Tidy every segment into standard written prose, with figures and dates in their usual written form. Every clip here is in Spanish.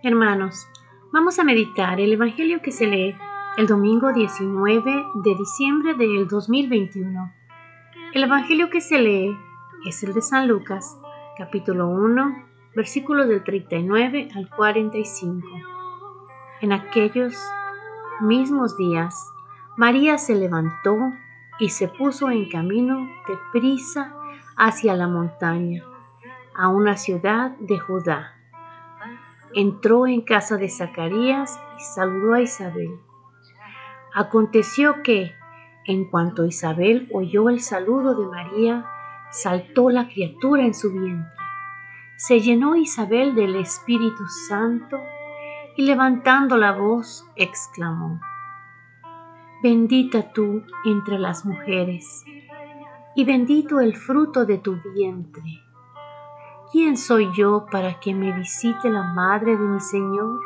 Hermanos, vamos a meditar el Evangelio que se lee el domingo 19 de diciembre del 2021. El Evangelio que se lee es el de San Lucas, capítulo 1, versículos del 39 al 45. En aquellos mismos días, María se levantó y se puso en camino de prisa hacia la montaña, a una ciudad de Judá. Entró en casa de Zacarías y saludó a Isabel. Aconteció que, en cuanto Isabel oyó el saludo de María, saltó la criatura en su vientre. Se llenó Isabel del Espíritu Santo y levantando la voz exclamó: Bendita tú entre las mujeres, y bendito el fruto de tu vientre. ¿Quién soy yo para que me visite la madre de mi Señor?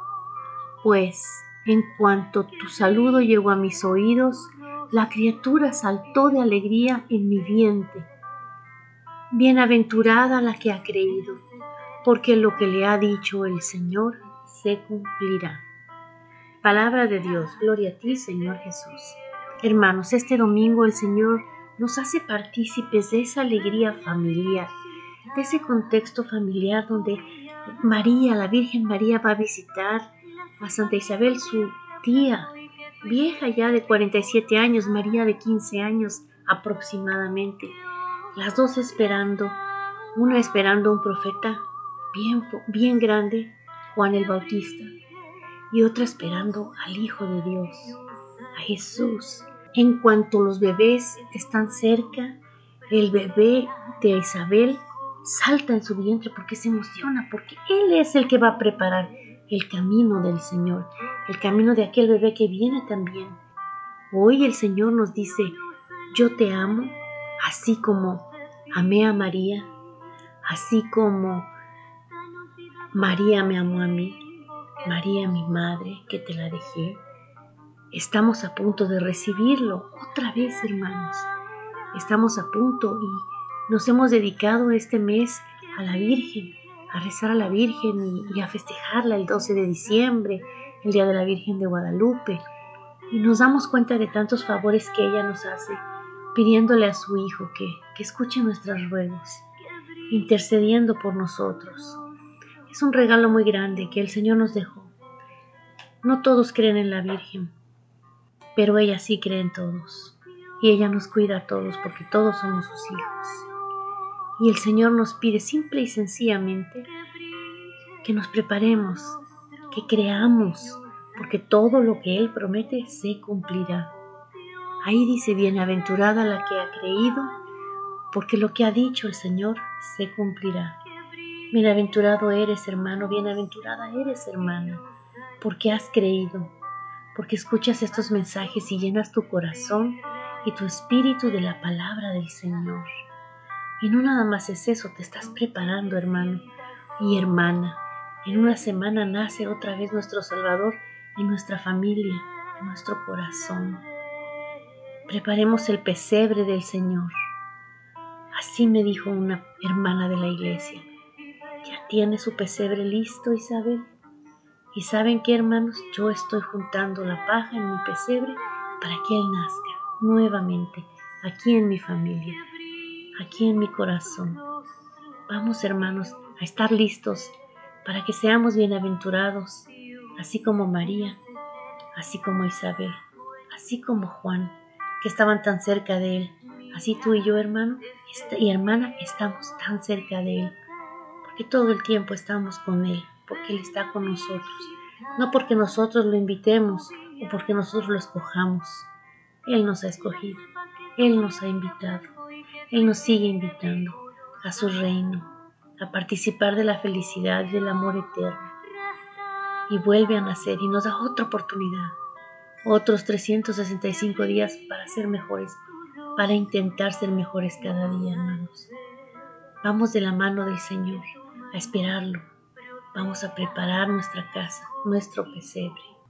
Pues, en cuanto tu saludo llegó a mis oídos, la criatura saltó de alegría en mi vientre. Bienaventurada la que ha creído, porque lo que le ha dicho el Señor se cumplirá. Palabra de Dios, gloria a ti, Señor Jesús. Hermanos, este domingo el Señor nos hace partícipes de esa alegría familiar, de ese contexto familiar donde María, la Virgen María, va a visitar a Santa Isabel, su tía, vieja ya de 47 años, María de 15 años aproximadamente. Las dos esperando, una esperando un profeta bien grande, Juan el Bautista, y otra esperando al Hijo de Dios, a Jesús. En cuanto los bebés están cerca, el bebé de Isabel salta en su vientre porque se emociona, porque Él es el que va a preparar el camino del Señor, el camino de aquel bebé que viene también. Hoy el Señor nos dice: yo te amo, así como amé a María, así como María me amó a mí, María mi madre, que te la dejé. Estamos a punto de recibirlo otra vez, hermanos. Estamos a punto y nos hemos dedicado este mes a la Virgen, a rezar a la Virgen y a festejarla el 12 de diciembre, el Día de la Virgen de Guadalupe. Y nos damos cuenta de tantos favores que ella nos hace, pidiéndole a su Hijo que escuche nuestros ruegos, intercediendo por nosotros. Es un regalo muy grande que el Señor nos dejó. No todos creen en la Virgen, pero ella sí cree en todos. Y ella nos cuida a todos porque todos somos sus hijos. Y el Señor nos pide simple y sencillamente que nos preparemos, que creamos, porque todo lo que Él promete se cumplirá. Ahí dice: bienaventurada la que ha creído, porque lo que ha dicho el Señor se cumplirá. Bienaventurado eres, hermano, bienaventurada eres, hermana, porque has creído, porque escuchas estos mensajes y llenas tu corazón y tu espíritu de la palabra del Señor. Y no nada más es eso, te estás preparando, hermano y hermana. En una semana nace otra vez nuestro Salvador en nuestra familia, en nuestro corazón. Preparemos el pesebre del Señor. Así me dijo una hermana de la iglesia. ¿Ya tiene su pesebre listo, Isabel? Y ¿saben qué, hermanos? Yo estoy juntando la paja en mi pesebre para que Él nazca nuevamente aquí en mi familia, aquí en mi corazón. Vamos, hermanos, a estar listos para que seamos bienaventurados, así como María, así como Isabel, así como Juan, que estaban tan cerca de Él. Así tú y yo, hermano y hermana, estamos tan cerca de Él, porque todo el tiempo estamos con Él, porque Él está con nosotros, no porque nosotros lo invitemos o porque nosotros lo escojamos. Él nos ha escogido, Él nos ha invitado, Él nos sigue invitando a su reino, a participar de la felicidad y del amor eterno. Y vuelve a nacer y nos da otra oportunidad, otros 365 días para ser mejores, para intentar ser mejores cada día, hermanos. Vamos de la mano del Señor a esperarlo. Vamos a preparar nuestra casa, nuestro pesebre.